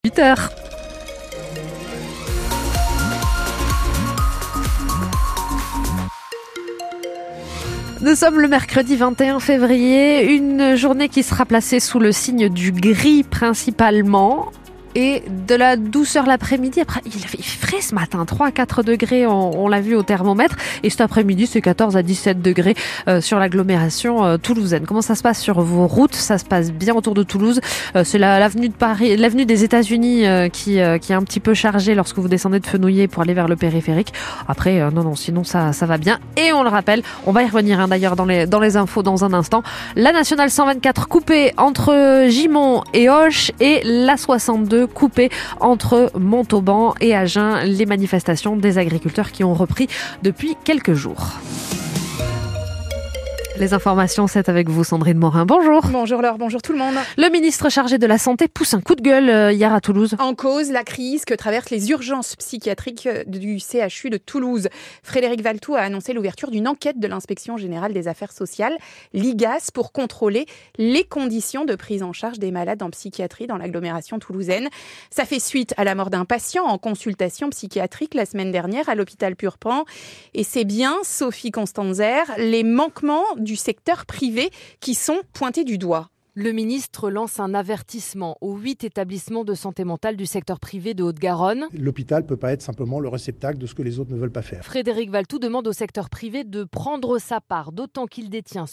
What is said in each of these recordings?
8h. Nous sommes le mercredi 21 février, une journée qui sera placée sous le signe du gris principalement et de la douceur l'après-midi. Après, il fait frais ce matin, 3 à 4 degrés, on l'a vu au thermomètre, et cet après-midi c'est 14 à 17 degrés sur l'agglomération toulousaine. Comment ça se passe sur vos routes? Ça se passe bien autour de Toulouse. C'est l'avenue de Paris, l'avenue des États-Unis qui est un petit peu chargée lorsque vous descendez de Fenouillet pour aller vers le périphérique. Après, sinon ça va bien. Et on le rappelle, on va y revenir d'ailleurs dans les infos dans un instant. La nationale 124 coupée entre Gimont et Auch, et la 62 coupée entre Montauban et Agen. Les manifestations des agriculteurs qui ont repris depuis quelques jours. Les informations, c'est avec vous, Sandrine Morin. Bonjour. Bonjour Laure, bonjour tout le monde. Le ministre chargé de la Santé pousse un coup de gueule hier à Toulouse. En cause, la crise que traversent les urgences psychiatriques du CHU de Toulouse. Frédéric Valtou a annoncé l'ouverture d'une enquête de l'Inspection générale des affaires sociales, l'IGAS, pour contrôler les conditions de prise en charge des malades en psychiatrie dans l'agglomération toulousaine. Ça fait suite à la mort d'un patient en consultation psychiatrique la semaine dernière à l'hôpital Purpan. Et c'est bien, Sophie Constanzer, les manquements du secteur privé qui sont pointés du doigt. Le ministre lance un avertissement aux 8 établissements de santé mentale du secteur privé de Haute-Garonne. L'hôpital ne peut pas être simplement le réceptacle de ce que les autres ne veulent pas faire. Frédéric Valtou demande au secteur privé de prendre sa part, d'autant qu'il détient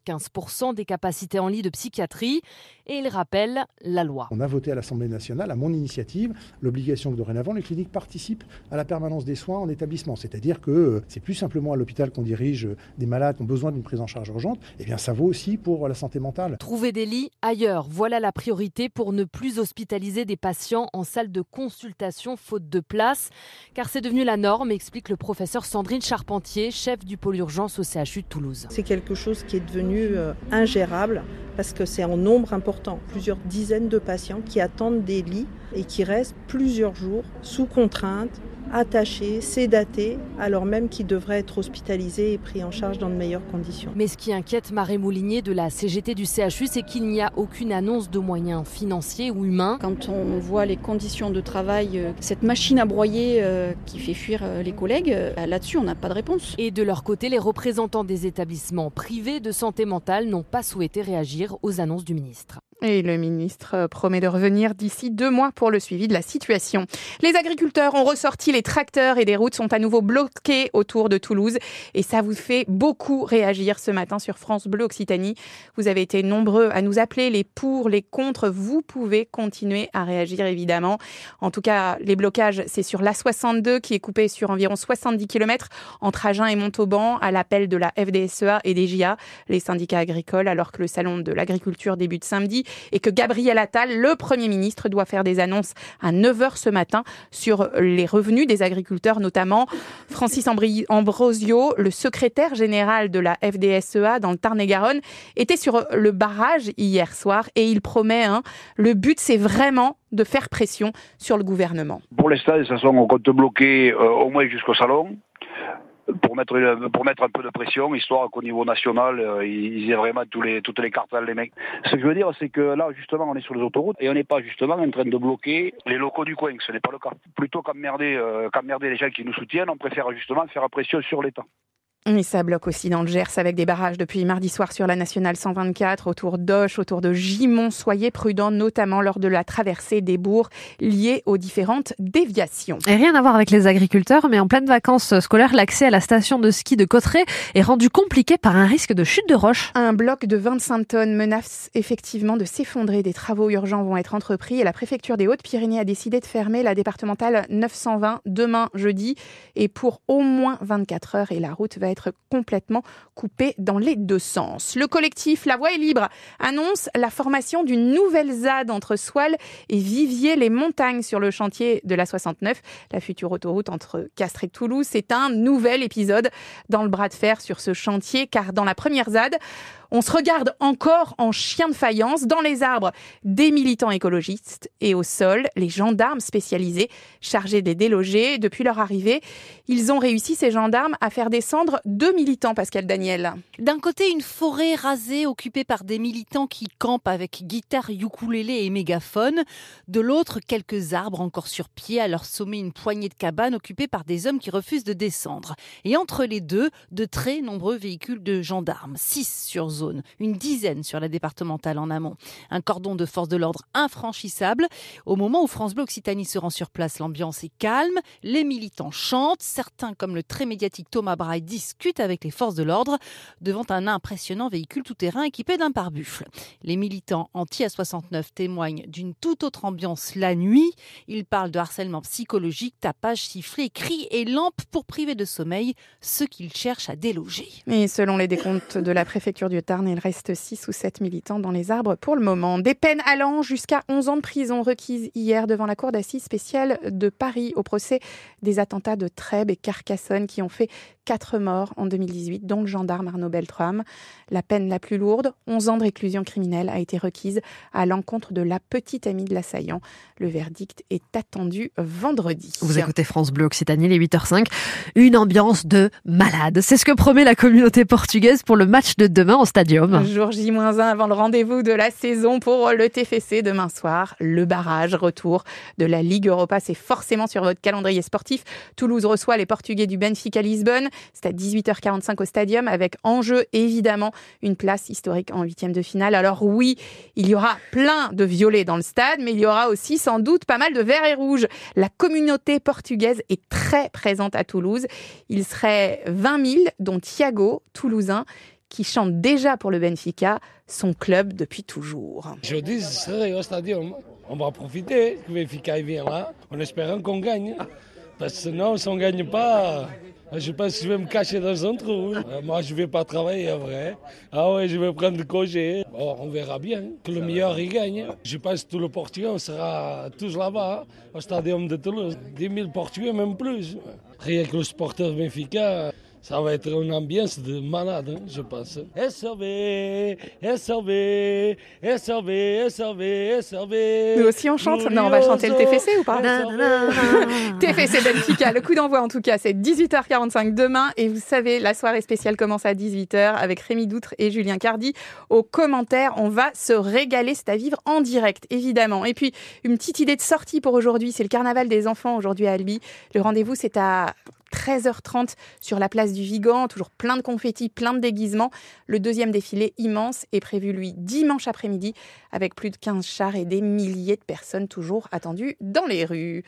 75% des capacités en lit de psychiatrie. Et il rappelle la loi. On a voté à l'Assemblée nationale, à mon initiative, l'obligation que dorénavant les cliniques participent à la permanence des soins en établissement. C'est-à-dire que c'est plus simplement à l'hôpital qu'on dirige des malades qui ont besoin d'une prise en charge urgente. Eh bien, ça vaut aussi pour la santé mentale. Trouver des lits ailleurs, voilà la priorité pour ne plus hospitaliser des patients en salle de consultation faute de place. Car c'est devenu la norme, explique le professeur Sandrine Charpentier, chef du pôle urgence au CHU de Toulouse. C'est quelque chose qui est devenu ingérable parce que c'est en nombre important. Plusieurs dizaines de patients qui attendent des lits et qui restent plusieurs jours sous contrainte, attachés, sédatés, alors même qu'ils devraient être hospitalisés et pris en charge dans de meilleures conditions. Mais ce qui inquiète Marie Moulinier de la CGT du CHU, c'est qu'il n'y a aucune annonce de moyens financiers ou humains. Quand on voit les conditions de travail, cette machine à broyer qui fait fuir les collègues, là-dessus on n'a pas de réponse. Et de leur côté, les représentants des établissements privés de santé mentale n'ont pas souhaité réagir aux annonces du ministre. Et le ministre promet de revenir d'ici 2 mois pour le suivi de la situation. Les agriculteurs ont ressorti les tracteurs et des routes sont à nouveau bloquées autour de Toulouse. Et ça vous fait beaucoup réagir ce matin sur France Bleu Occitanie. Vous avez été nombreux à nous appeler, les pour, les contre. Vous pouvez continuer à réagir évidemment. En tout cas, les blocages, c'est sur l'A62 qui est coupée sur environ 70 km entre Agen et Montauban à l'appel de la FDSEA et des JA, les syndicats agricoles, alors que le salon de l'agriculture débute samedi. Et que Gabriel Attal, le Premier ministre, doit faire des annonces à 9h ce matin sur les revenus des agriculteurs, notamment Francis Ambrosio, le secrétaire général de la FDSEA dans le Tarn-et-Garonne, était sur le barrage hier soir et il promet, le but c'est vraiment de faire pression sur le gouvernement. Pour l'instant, de toute façon, on compte bloquer au moins jusqu'au salon. Pour mettre un peu de pression, histoire qu'au niveau national, ils aient vraiment toutes les cartes dans les mains. Ce que je veux dire, c'est que là, justement, on est sur les autoroutes et on n'est pas justement en train de bloquer les locaux du coin. Ce n'est pas le cas. Plutôt qu'emmerder les gens qui nous soutiennent, on préfère justement faire pression sur l'État. Et ça bloque aussi dans le Gers avec des barrages depuis mardi soir sur la nationale 124, autour d'Auch, autour de Gimont. Soyez prudents, notamment lors de la traversée des bourgs liées aux différentes déviations. Et rien à voir avec les agriculteurs, mais en pleine vacances scolaires, l'accès à la station de ski de Cauterets est rendu compliqué par un risque de chute de roche. Un bloc de 25 tonnes menace effectivement de s'effondrer. Des travaux urgents vont être entrepris et la préfecture des Hautes-Pyrénées a décidé de fermer la départementale 920 demain jeudi et pour au moins 24 heures, et la route va être complètement coupée dans les deux sens. Le collectif La Voie est libre annonce la formation d'une nouvelle ZAD entre Soile et Viviers-les-Montagnes sur le chantier de la 69, la future autoroute entre Castres et Toulouse. C'est un nouvel épisode dans le bras de fer sur ce chantier, car dans la première ZAD, On se regarde encore en chien de faïence. Dans les arbres, des militants écologistes et au sol, les gendarmes spécialisés chargés de les déloger. Depuis leur arrivée, ils ont réussi, ces gendarmes, à faire descendre 2 militants, Pascal Daniel. D'un côté, une forêt rasée occupée par des militants qui campent avec guitare, ukulélé et mégaphone. De l'autre, quelques arbres encore sur pied, à leur sommet une poignée de cabanes occupées par des hommes qui refusent de descendre. Et entre les deux, de très nombreux véhicules de gendarmes. 6 sur zone, une dizaine sur la départementale en amont. Un cordon de force de l'ordre infranchissable. Au moment où France Bleu Occitanie se rend sur place, l'ambiance est calme. Les militants chantent. Certains, comme le très médiatique Thomas Braille, discutent avec les forces de l'ordre devant un impressionnant véhicule tout-terrain équipé d'un pare-buffle. Les militants anti-A69 témoignent d'une toute autre ambiance la nuit. Ils parlent de harcèlement psychologique, tapage, sifflets, cris et lampes pour priver de sommeil ceux qu'ils cherchent à déloger. Et selon les décomptes de la préfecture du Tarn, il reste 6 ou 7 militants dans les arbres pour le moment. Des peines allant jusqu'à 11 ans de prison requises hier devant la cour d'assises spéciale de Paris au procès des attentats de Trèbes et Carcassonne qui ont fait 4 morts en 2018, dont le gendarme Arnaud Beltrame. La peine la plus lourde, 11 ans de réclusion criminelle, a été requise à l'encontre de la petite amie de l'assaillant. Le verdict est attendu vendredi. Vous écoutez France Bleu Occitanie, les 8h05. Une ambiance de malade. C'est ce que promet la communauté portugaise pour le match de demain au Stadium. Jour J-1 avant le rendez-vous de la saison pour le TFC demain soir. Le barrage, retour de la Ligue Europa, c'est forcément sur votre calendrier sportif. Toulouse reçoit les Portugais du Benfica Lisbonne. C'est à 18h45 au Stadium avec en jeu évidemment une place historique en 8e de finale. Alors oui, il y aura plein de violets dans le stade, mais il y aura aussi sans doute pas mal de verts et rouges. La communauté portugaise est très présente à Toulouse. Il serait 20 000, dont Thiago, toulousain, qui chante déjà pour le Benfica, son club depuis toujours. Jeudi, je serai au Stadium. On va profiter que le Benfica vient là, en espérant qu'on gagne. Parce que sinon, si on ne gagne pas, je pense que je vais me cacher dans un trou. Moi, je ne vais pas travailler, vrai. Ah ouais, je vais prendre le congé. Bon, on verra bien que le meilleur, il gagne. Je pense que tout le Portugais, on sera tous là-bas, au Stadium de Toulouse. 10 000 Portugais, même plus. Rien que le supporter Benfica, ça va être une ambiance de malade, je pense. SRV, SRV, SRV, SRV, SRV. Nous aussi on chante. Non, on va chanter le TFC ou pas? TFC Benfica, le coup d'envoi en tout cas, c'est 18h45 demain. Et vous savez, la soirée spéciale commence à 18h avec Rémi Doutre et Julien Cardi. Aux commentaires, on va se régaler, c'est à vivre en direct, évidemment. Et puis, une petite idée de sortie pour aujourd'hui, c'est le carnaval des enfants aujourd'hui à Albi. Le rendez-vous, c'est à 13h30 sur la place du Vigan, toujours plein de confettis, plein de déguisements. Le deuxième défilé immense est prévu, lui, dimanche après-midi, avec plus de 15 chars et des milliers de personnes toujours attendues dans les rues.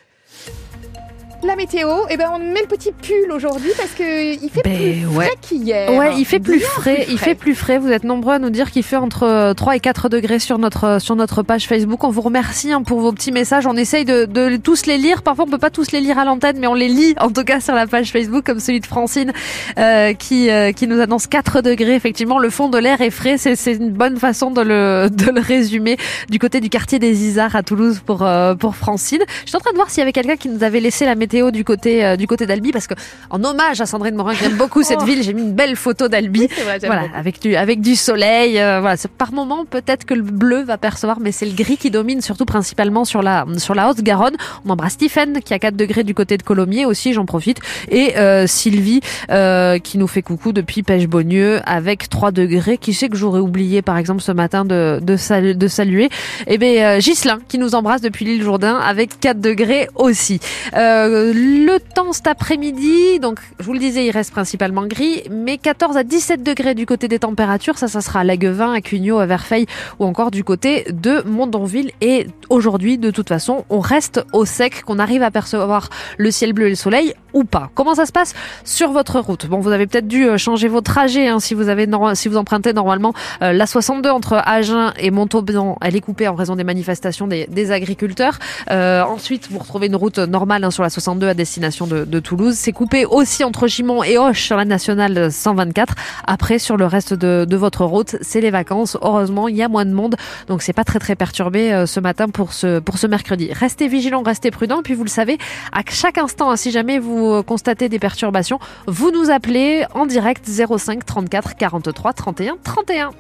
La météo, on met le petit pull aujourd'hui parce qu'il fait plus frais qu'hier. Ouais, il fait plus frais. Il fait plus frais. Vous êtes nombreux à nous dire qu'il fait entre 3 et 4 degrés sur notre page Facebook. On vous remercie pour vos petits messages. On essaye de tous les lire. Parfois, on peut pas tous les lire à l'antenne, mais on les lit en tout cas sur la page Facebook, comme celui de Francine qui nous annonce 4 degrés. Effectivement, le fond de l'air est frais. C'est une bonne façon de le résumer du côté du quartier des Isards à Toulouse pour Francine. Je suis en train de voir s'il y avait quelqu'un qui nous avait laissé la météo du côté d'Albi, parce que en hommage à Sandrine Morin, qui aime beaucoup cette ville, j'ai mis une belle photo d'Albi. Oui, c'est vrai, voilà, avec du soleil. Voilà, par moment peut-être que le bleu va percevoir, mais c'est le gris qui domine, surtout principalement sur la Haute-Garonne. On embrasse Stephen qui a 4 degrés du côté de Colomiers aussi, j'en profite, et Sylvie qui nous fait coucou depuis Pêche-Beaunieu avec 3 degrés. Qui sait que j'aurais oublié par exemple ce matin de saluer? Ghislain qui nous embrasse depuis l'île Jourdain avec 4 degrés aussi. Le temps cet après-midi, donc je vous le disais, il reste principalement gris, mais 14 à 17 degrés du côté des températures, ça sera à Laguevin, à Cugnot, à Verfeil ou encore du côté de Mondonville. Et aujourd'hui, de toute façon, on reste au sec, qu'on arrive à percevoir le ciel bleu et le soleil ou pas. Comment ça se passe sur votre route? Bon, vous avez peut-être dû changer vos trajets si vous empruntez normalement la 62 entre Agen et Montauban. Elle est coupée en raison des manifestations des agriculteurs. Ensuite, vous retrouvez une route normale sur la 62 à destination de Toulouse. C'est coupé aussi entre Gimont et Auch sur la nationale 124. Après, sur le reste de votre route, c'est les vacances. Heureusement, il y a moins de monde, donc c'est pas très très perturbé ce matin pour ce mercredi. Restez vigilants, restez prudents. Puis vous le savez, à chaque instant, si jamais vous constatez constatez des perturbations, vous nous appelez en direct 05 34 43 31 31.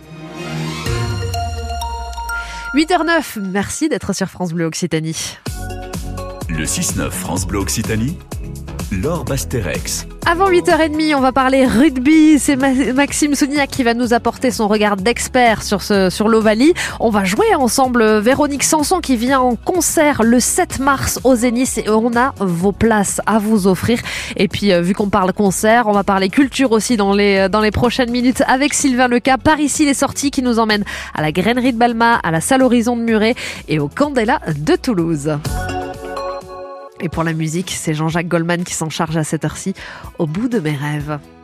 8h09, merci d'être sur France Bleu Occitanie. Le 6-9 France Bleu Occitanie, Laure Basterex. Avant 8h30, on va parler rugby. C'est Maxime Souniac qui va nous apporter son regard d'expert sur l'Ovalie. On va jouer ensemble Véronique Sanson qui vient en concert le 7 mars au Zénith et on a vos places à vous offrir. Et puis, vu qu'on parle concert, on va parler culture aussi dans les prochaines minutes avec Sylvain Leca. Par ici, les sorties qui nous emmènent à la Grainerie de Balma, à la Salle Horizon de Muret et au Candela de Toulouse. Et pour la musique, c'est Jean-Jacques Goldman qui s'en charge à cette heure-ci, Au bout de mes rêves.